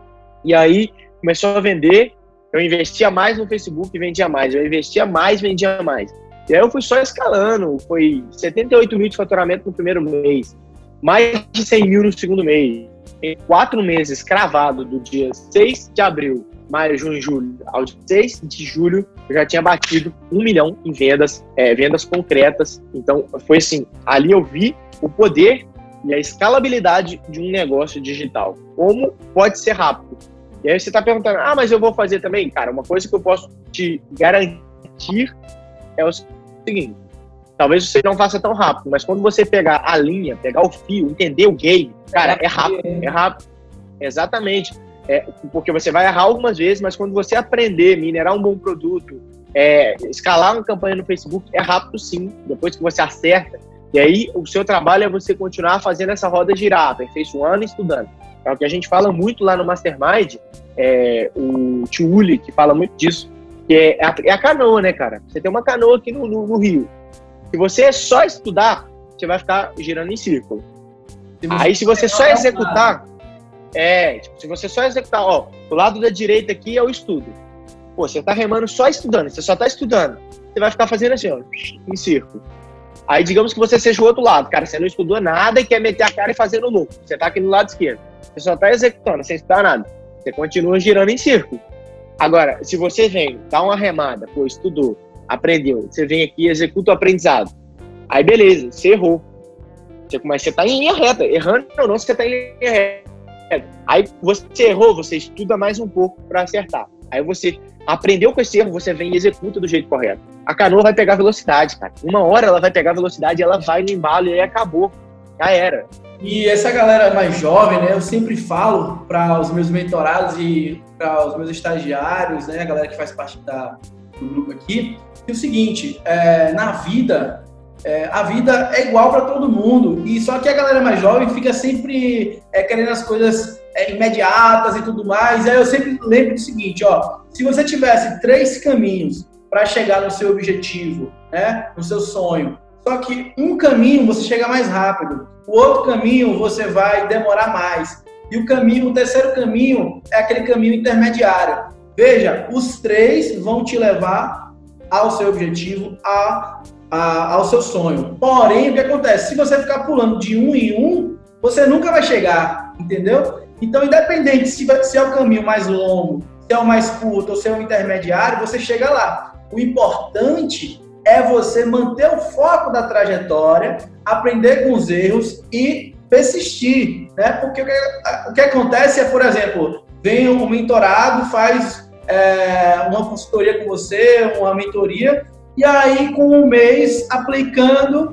E aí, começou a vender, eu investia mais no Facebook, vendia mais. Eu investia mais, vendia mais. E aí eu fui só escalando, foi setenta e oito mil de faturamento no primeiro mês, mais de cem mil no segundo mês. Em quatro meses, cravado, do dia seis de abril, maio, junho, julho, ao dia seis de julho, eu já tinha batido um milhão em vendas, é, vendas concretas. Então, foi assim, ali eu vi o poder e a escalabilidade de um negócio digital. Como pode ser rápido. E aí você está perguntando, ah, mas eu vou fazer também? Cara, uma coisa que eu posso te garantir é o seguinte, talvez você não faça tão rápido, mas quando você pegar a linha, pegar o fio, entender o game, cara, é rápido, é rápido. Exatamente. É, porque você vai errar algumas vezes, mas quando você aprender, minerar um bom produto, é, escalar uma campanha no Facebook, é rápido sim, depois que você acerta. E aí, o seu trabalho é você continuar fazendo essa roda girar, aperfeiçoando e estudando. É o que a gente fala muito lá no Mastermind, é, o tio Uli, que fala muito disso, que é a, é a canoa, né, cara? Você tem uma canoa aqui no, no, no rio. Se você só estudar, você vai ficar girando em círculo. Se aí, se você só executar, é, tipo, se você só executar, ó, do lado da direita aqui é o estudo. Pô, você tá remando só estudando, você só tá estudando. Você vai ficar fazendo assim, ó, em círculo. Aí, digamos que você seja o outro lado, cara, você não estudou nada e quer meter a cara e fazer no louco. Você tá aqui no lado esquerdo. Você só tá executando, sem estudar nada. Você continua girando em círculo. Agora, se você vem, dá uma remada, pô, estudou, aprendeu, você vem aqui e executa o aprendizado. Aí, beleza, você errou. Você, mas você tá em linha reta. Errando ou não, você tá em linha reta. Aí, você errou, você estuda mais um pouco para acertar. Aí, você aprendeu com esse erro, você vem e executa do jeito correto. A canoa vai pegar velocidade, cara. Uma hora ela vai pegar velocidade, ela vai no embalo e aí acabou. Já era. E essa galera mais jovem, né, eu sempre falo para os meus mentorados e para os meus estagiários, né, a galera que faz parte da, do grupo aqui, que é o seguinte, é, na vida, é, a vida é igual para todo mundo, e só que a galera mais jovem fica sempre é, querendo as coisas é, imediatas e tudo mais, e aí eu sempre lembro do seguinte, ó, se você tivesse três caminhos para chegar no seu objetivo, né, no seu sonho, só que um caminho você chega mais rápido, o outro caminho você vai demorar mais. E o caminho, o terceiro caminho é aquele caminho intermediário. Veja, os três vão te levar ao seu objetivo, a, a, ao seu sonho. Porém, o que acontece? Se você ficar pulando de um em um, você nunca vai chegar, entendeu? Então, independente se, vai, se é o caminho mais longo, se é o mais curto ou se é o intermediário, você chega lá. O importante é você manter o foco da trajetória, aprender com os erros e persistir, né? Porque o que, o que acontece é, por exemplo, vem um mentorado, faz é, uma consultoria com você, uma mentoria, e aí com um mês aplicando,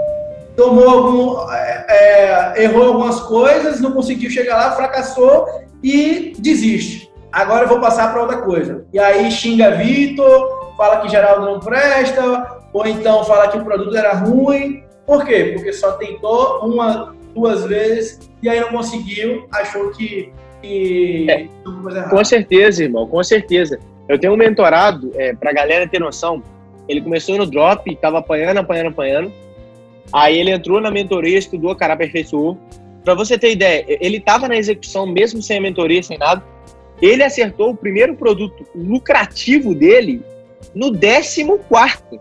tomou algum, é, é, errou algumas coisas, não conseguiu chegar lá, fracassou e desiste. agora eu vou passar para outra coisa. E aí xinga Vitor, fala que Geraldo não presta, ou então fala que o produto era ruim. Por quê? Porque só tentou uma, duas vezes e aí não conseguiu, achou que... que é, com certeza, irmão, com certeza. Eu tenho um mentorado, é, pra galera ter noção, ele começou no drop, tava apanhando, apanhando, apanhando. Aí ele entrou na mentoria, estudou, cara, aperfeiçoou. Pra você ter ideia, ele tava na execução, mesmo sem a mentoria, sem nada. Ele acertou o primeiro produto lucrativo dele no décimo quarto.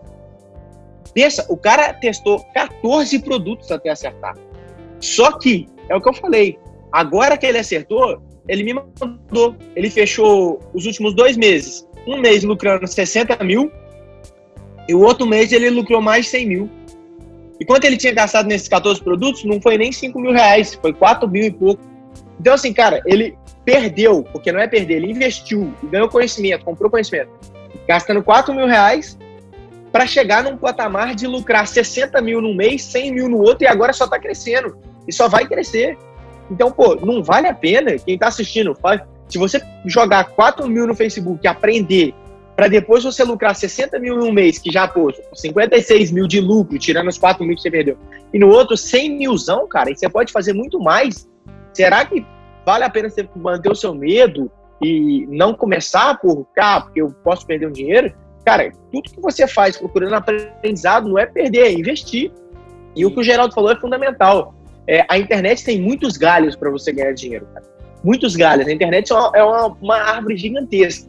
Pensa, o cara testou quatorze produtos até acertar. Só que, é o que eu falei, agora que ele acertou, ele me mandou. Ele fechou os últimos dois meses. Um mês lucrando sessenta mil e o outro mês ele lucrou mais de cem mil. E quanto ele tinha gastado nesses quatorze produtos, não foi nem cinco mil reais, foi quatro mil e pouco. Então, assim, cara, ele perdeu, porque não é perder, ele investiu, ganhou conhecimento, comprou conhecimento, gastando quatro mil reais para chegar num patamar de lucrar sessenta mil num mês, cem mil no outro, e agora só tá crescendo. E só vai crescer. Então, pô, não vale a pena, quem tá assistindo, se você jogar quatro mil no Facebook e aprender, para depois você lucrar sessenta mil num mês, que já, pô, cinquenta e seis mil de lucro, tirando os quatro mil que você perdeu, e no outro cem milzão, cara, e você pode fazer muito mais, será que vale a pena você manter o seu medo e não começar por cá, porque eu posso perder um dinheiro? Cara, tudo que você faz procurando aprendizado não é perder, é investir. E o que o Geraldo falou é fundamental. É, a internet tem muitos galhos para você ganhar dinheiro, cara. Muitos galhos. A internet é, uma, é uma, uma árvore gigantesca.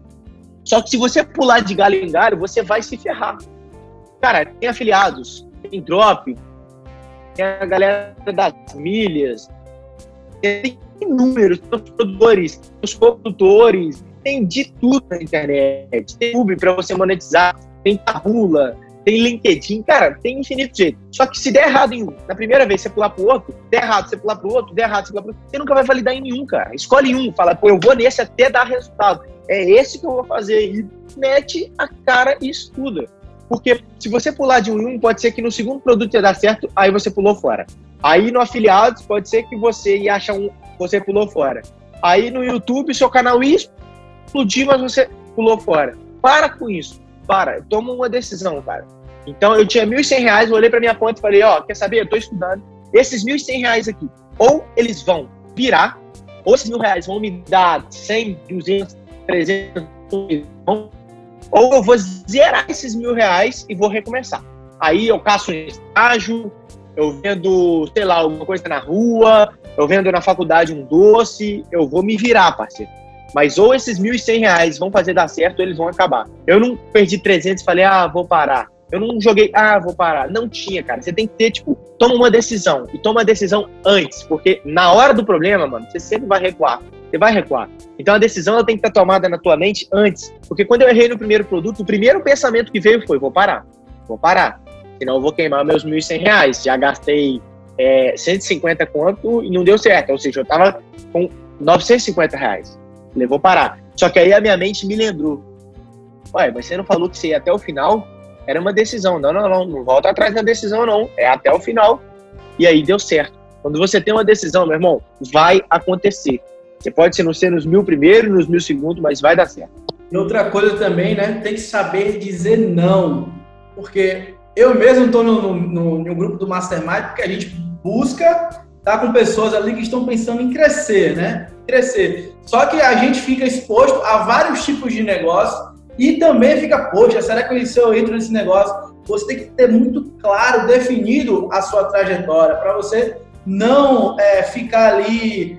Só que se você pular de galho em galho, você vai se ferrar. Cara, tem afiliados, tem drop, tem a galera das milhas, tem inúmeros produtores, os produtores, tem de tudo na internet. Tem YouTube para você monetizar, tem Taboola, tem LinkedIn, cara, tem infinito jeito. Só que se der errado em um, na primeira vez você pular pro outro, der errado você pular pro outro, der errado você pular pro outro, você nunca vai validar em nenhum, cara. Escolhe um, fala, pô, eu vou nesse até dar resultado. É esse que eu vou fazer. E mete a cara e estuda. Porque se você pular de um em um, pode ser que no segundo produto ia dar certo, aí você pulou fora. Aí no afiliados, pode ser que você ia achar um, você pulou fora. Aí no YouTube, seu canal ia explodir, mas você pulou fora. Para com isso. Para. Toma uma decisão, cara. Então, eu tinha mil e cem reais, eu olhei pra minha conta e falei, ó, quer saber? Eu tô estudando. Esses mil e cem reais aqui, ou eles vão virar, ou esses mil reais vão me dar cem, duzentos, trezentos, ou eu vou zerar esses mil reais e vou recomeçar. Aí eu caço um estágio, eu vendo, sei lá, alguma coisa na rua, eu vendo na faculdade um doce, eu vou me virar, parceiro. Mas ou esses mil e cem reais vão fazer dar certo, ou eles vão acabar. Eu não perdi trezentos e falei, ah, vou parar. Eu não joguei, ah, vou parar. Não tinha, cara. Você tem que ter, tipo, toma uma decisão. E toma a decisão antes. Porque na hora do problema, mano, você sempre vai recuar. Você vai recuar. Então a decisão ela tem que estar tomada na tua mente antes. Porque quando eu errei no primeiro produto, o primeiro pensamento que veio foi, vou parar. Vou parar. Senão eu vou queimar meus mil e cem reais. Já gastei é, cento e cinquenta conto e não deu certo. Ou seja, eu tava com novecentos e cinquenta reais. Falei, vou parar. Só que aí a minha mente me lembrou. Ué, mas você não falou que você ia até o final? Era uma decisão. Não, não, não. Não volta atrás da decisão, não. É até o final. E aí deu certo. Quando você tem uma decisão, meu irmão, vai acontecer. Você pode ser, não ser nos mil primeiros, nos mil segundos, mas vai dar certo. E outra coisa também, né? Tem que saber dizer não. Porque eu mesmo estou no, no, no grupo do Mastermind porque a gente busca estar com pessoas ali que estão pensando em crescer, né? Crescer. Só que a gente fica exposto a vários tipos de negócio e também fica, poxa, será que se eu entro nesse negócio? Você tem que ter muito claro, definido a sua trajetória para você não é, ficar ali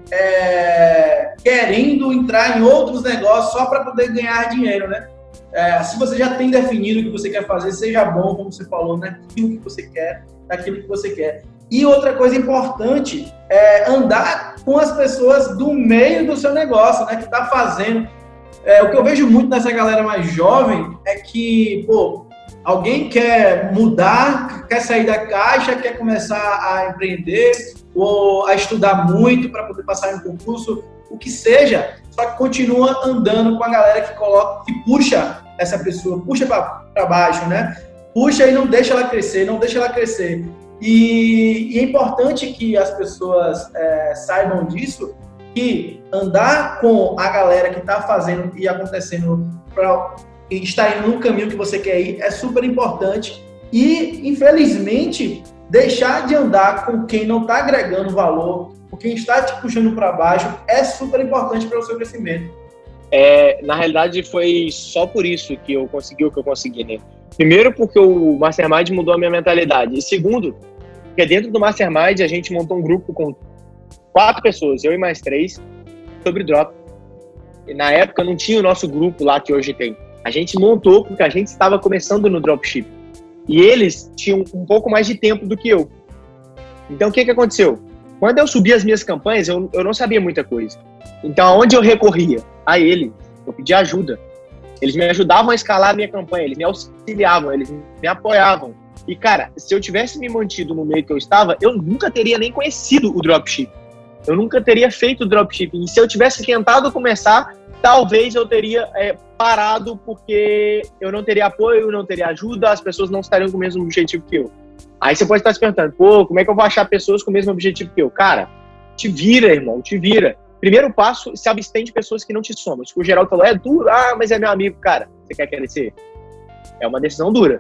é, querendo entrar em outros negócios só para poder ganhar dinheiro, né? É, se você já tem definido o que você quer fazer, seja bom, como você falou, né? Aquilo que você quer, daquilo que você quer. E outra coisa importante é andar com as pessoas do meio do seu negócio, né? Que está fazendo. É, o que eu vejo muito nessa galera mais jovem é que, pô, alguém quer mudar, quer sair da caixa, quer começar a empreender ou a estudar muito para poder passar em um concurso, o que seja, só que continua andando com a galera que coloca, que puxa essa pessoa, puxa para baixo, né? Puxa e não deixa ela crescer, não deixa ela crescer. E, e é importante que as pessoas é, saibam disso, que andar com a galera que está fazendo e acontecendo pra, e está indo no caminho que você quer ir é super importante e, infelizmente, deixar de andar com quem não está agregando valor, com quem está te puxando para baixo, é super importante para o seu crescimento. É, na realidade, foi só por isso que eu consegui o que eu consegui, né? Primeiro, porque o Mastermind mudou a minha mentalidade. E segundo, porque dentro do Mastermind a gente montou um grupo com quatro pessoas, eu e mais três, sobre drop. E na época não tinha o nosso grupo lá que hoje tem. A gente montou porque a gente estava começando no dropship. E eles tinham um pouco mais de tempo do que eu. Então, o que que aconteceu? Quando eu subi as minhas campanhas, eu, eu não sabia muita coisa. Então, aonde eu recorria? A ele. Eu pedi ajuda. Eles me ajudavam a escalar a minha campanha, eles me auxiliavam, eles me apoiavam. E, cara, se eu tivesse me mantido no meio que eu estava, eu nunca teria nem conhecido o dropship. Eu nunca teria feito o dropshipping. E se eu tivesse tentado começar, talvez eu teria é, parado porque eu não teria apoio, não teria ajuda, as pessoas não estariam com o mesmo objetivo que eu. Aí você pode estar se perguntando, pô, como é que eu vou achar pessoas com o mesmo objetivo que eu? Cara, te vira, irmão, te vira. Primeiro passo, se abstém de pessoas que não te somam. O Geraldo falou, é duro, ah, mas é meu amigo. Cara, você quer crescer? É uma decisão dura,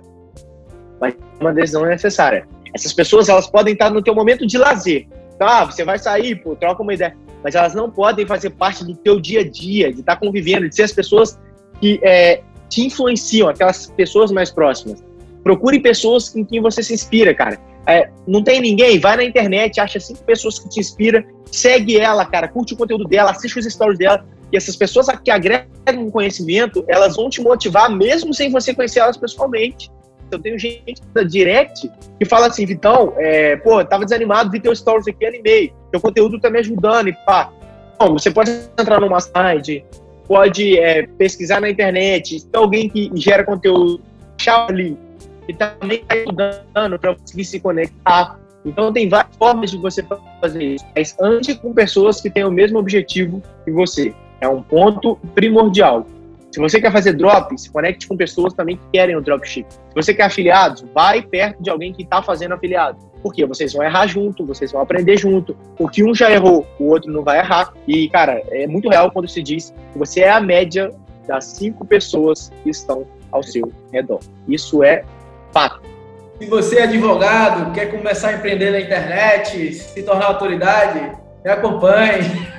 mas é uma decisão necessária. Essas pessoas, elas podem estar no teu momento de lazer. Tá, você vai sair, pô, troca uma ideia. Mas elas não podem fazer parte do teu dia a dia, de estar convivendo, de ser as pessoas que é, te influenciam, aquelas pessoas mais próximas. Procure pessoas em quem você se inspira, cara. É, não tem ninguém? Vai na internet, acha cinco pessoas que te inspiram, segue ela, cara, curte o conteúdo dela, assiste os stories dela. E essas pessoas que agregam conhecimento, elas vão te motivar mesmo sem você conhecer elas pessoalmente. Eu tenho gente da direct que fala assim, Vitão, é, pô, tava desanimado, vi teu stories aqui, animei, teu conteúdo tá me ajudando, e pá. Bom, você pode entrar no Mastermind, pode é, pesquisar na internet, se tem alguém que gera conteúdo, achar ali, que também tá ajudando para conseguir se conectar. Então tem várias formas de você fazer isso, mas ande com pessoas que têm o mesmo objetivo que você. É um ponto primordial. Se você quer fazer drop, se conecte com pessoas também que querem o dropship. Se você quer afiliados, vai perto de alguém que está fazendo afiliado. Porque vocês vão errar junto, vocês vão aprender junto. O que um já errou, o outro não vai errar. E, cara, é muito real quando se diz que você é a média das cinco pessoas que estão ao seu redor. Isso é fato. Se você é advogado, quer começar a empreender na internet, se tornar autoridade, me acompanhe.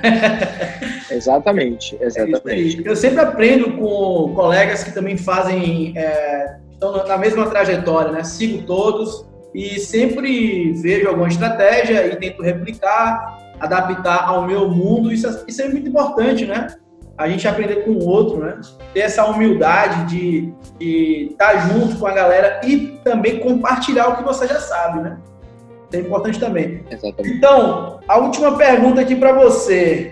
Exatamente, exatamente. É eu sempre aprendo com colegas que também fazem, é, estão na mesma trajetória, né? Sigo todos e sempre vejo alguma estratégia e tento replicar, adaptar ao meu mundo. Isso é, isso é muito importante, né? A gente aprender com o outro, né? Ter essa humildade de, de estar junto com a galera e também compartilhar o que você já sabe, né? Isso é importante também. Exatamente. Então, a última pergunta aqui para você.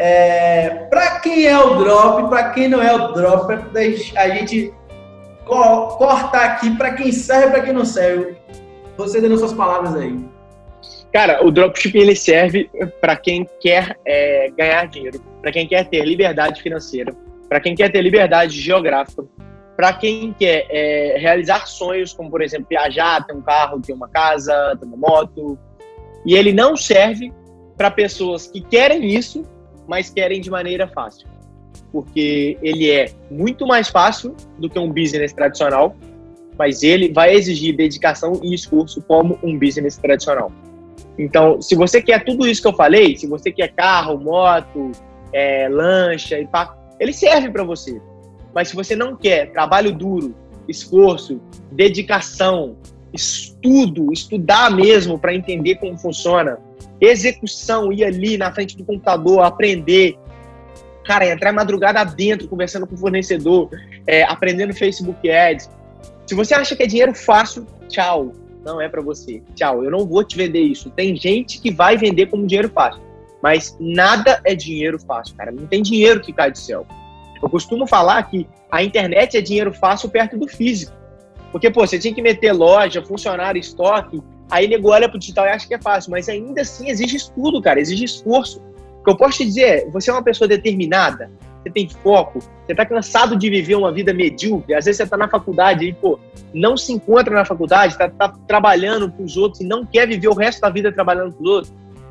É, para quem é o drop, para quem não é o drop, para a gente co- cortar aqui para quem serve e para quem não serve. Você dando suas palavras aí. Cara, o dropshipping ele serve para quem quer é, ganhar dinheiro, para quem quer ter liberdade financeira, para quem quer ter liberdade geográfica, para quem quer é, realizar sonhos, como por exemplo viajar, ter um carro, ter uma casa, ter uma moto. E ele não serve para pessoas que querem isso, mas querem de maneira fácil. Porque ele é muito mais fácil do que um business tradicional, mas ele vai exigir dedicação e esforço como um business tradicional. Então, se você quer tudo isso que eu falei, se você quer carro, moto, é, lancha e pá, ele serve para você. Mas se você não quer trabalho duro, esforço, dedicação, estudo, estudar mesmo para entender como funciona, execução, ir ali na frente do computador, aprender, cara, entrar madrugada dentro, conversando com o fornecedor, é, aprendendo Facebook Ads. Se você acha que é dinheiro fácil, tchau, não é para você. Tchau, eu não vou te vender isso. Tem gente que vai vender como dinheiro fácil, mas nada é dinheiro fácil, cara. Não tem dinheiro que cai do céu. Eu costumo falar que a internet é dinheiro fácil perto do físico. Porque, pô, você tinha que meter loja, funcionário, estoque, aí nego olha pro digital e acha que é fácil, mas ainda assim exige estudo, cara, exige esforço. O que eu posso te dizer é, você é uma pessoa determinada, você tem foco, você tá cansado de viver uma vida medíocre, às vezes você tá na faculdade e, pô, não se encontra na faculdade, tá, tá trabalhando pros outros e não quer viver o resto da vida trabalhando pros outros.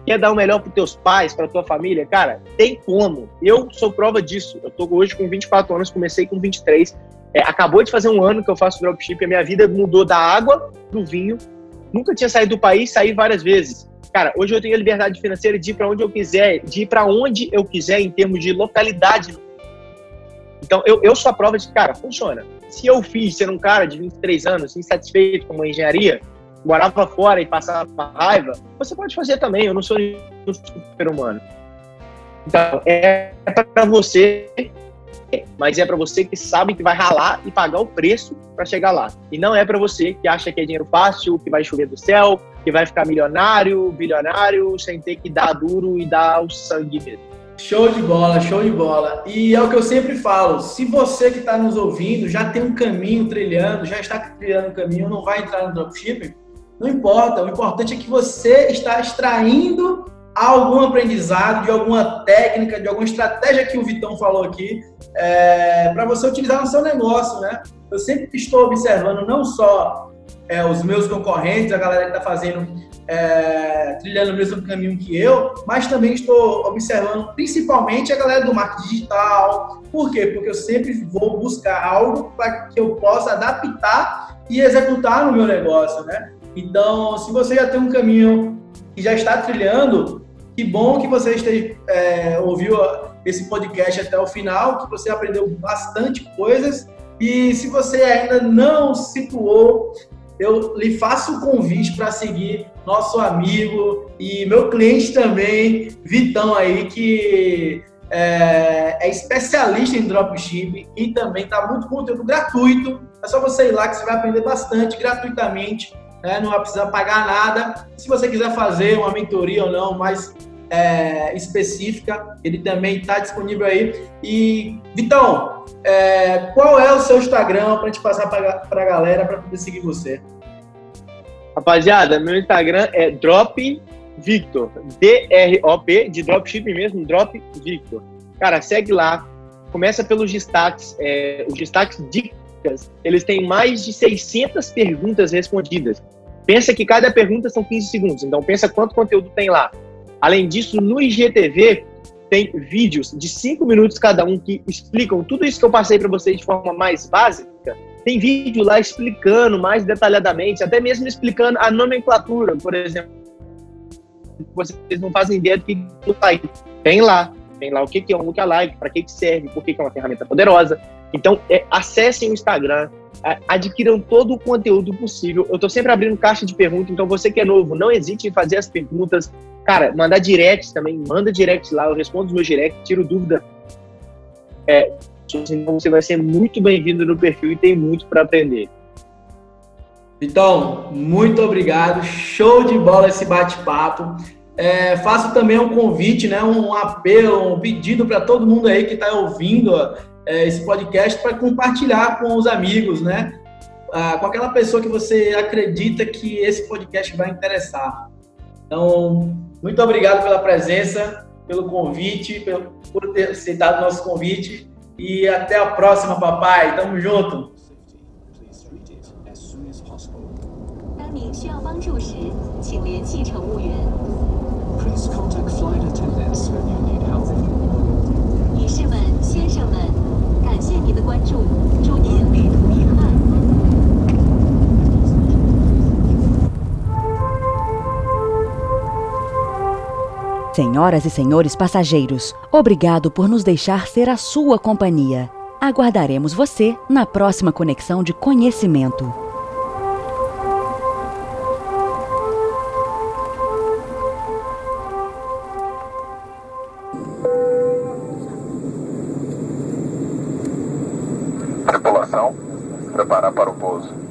quer dar o melhor para os teus pais, para tua família, cara, tem como. Eu sou prova disso. Eu tô hoje com vinte e quatro anos, comecei com vinte e três. É, acabou de fazer um ano que eu faço dropship, a minha vida mudou da água pro vinho. Nunca tinha saído do país, saí várias vezes. Cara, hoje eu tenho a liberdade financeira de ir para onde eu quiser, de ir para onde eu quiser em termos de localidade. Então, eu, eu sou a prova de que, cara, funciona. Se eu fiz ser um cara de vinte e três anos, insatisfeito com uma engenharia, morava fora e passava raiva, você pode fazer também. Eu não sou um super humano. Então, é para você, mas é para você que sabe que vai ralar e pagar o preço para chegar lá. E não é para você que acha que é dinheiro fácil, que vai chover do céu, que vai ficar milionário, bilionário, sem ter que dar duro e dar o sangue mesmo. Show de bola, show de bola. E é o que eu sempre falo, se você que está nos ouvindo já tem um caminho trilhando, já está trilhando o caminho, não vai entrar no dropshipping, não importa. O importante é que você está extraindo algum aprendizado, de alguma técnica, de alguma estratégia que o Vitão falou aqui, é, para você utilizar no seu negócio, né? Eu sempre estou observando não só é, os meus concorrentes, a galera que está fazendo, é, trilhando o mesmo caminho que eu, mas também estou observando principalmente a galera do marketing digital. Por quê? Porque eu sempre vou buscar algo para que eu possa adaptar e executar no meu negócio, né? Então, se você já tem um caminho que já está trilhando, que bom que você esteja, é, ouviu esse podcast até o final, que você aprendeu bastante coisas. E se você ainda não se situou, eu lhe faço o convite para seguir nosso amigo e meu cliente também, Vitão aí, que é, é especialista em dropshipping e também está muito conteúdo gratuito. É só você ir lá que você vai aprender bastante gratuitamente, né? Não vai precisar pagar nada. Se você quiser fazer uma mentoria ou não, mas é, específica, ele também está disponível aí. E, Vitão, é, qual é o seu Instagram para a gente passar para a galera para poder seguir você? Rapaziada, meu Instagram é Drop Victor, D R O P, de dropshipping mesmo, Drop Victor. Cara, segue lá, começa pelos destaques, é, os destaques dicas, eles têm mais de seiscentas perguntas respondidas. Pensa que cada pergunta são quinze segundos, então pensa quanto conteúdo tem lá. Além disso, no I G T V tem vídeos de cinco minutos cada um que explicam tudo isso que eu passei para vocês de forma mais básica. Tem vídeo lá explicando mais detalhadamente, até mesmo explicando a nomenclatura, por exemplo. Vocês não fazem ideia do que é. Tem lá, tem lá o que é um lookalike, para que serve, por que é uma ferramenta poderosa. Então, é, acessem o Instagram, adquiram todo o conteúdo possível. Eu estou sempre abrindo caixa de perguntas, então você que é novo, não hesite em fazer as perguntas. Cara, mandar direct também, manda direct lá, eu respondo os meus directs, tiro dúvida. É, então você vai ser muito bem-vindo no perfil e tem muito para aprender. Então, muito obrigado, show de bola esse bate-papo. É, faço também um convite, né, um apelo, um pedido para todo mundo aí que está ouvindo é, esse podcast para compartilhar com os amigos, né, ah, com aquela pessoa que você acredita que esse podcast vai interessar. Então, muito obrigado pela presença, pelo convite, pelo, por ter aceitado o nosso convite. E até a próxima, papai. Tamo junto. 当您需要帮助时，请联系乘务员。 Please contact flight attendants when you need help. 女士们、先生们，感谢您的关注，祝您旅途愉快。 Senhoras e senhores passageiros, obrigado por nos deixar ser a sua companhia. Aguardaremos você na próxima conexão de conhecimento. Tripulação, preparar para o pouso.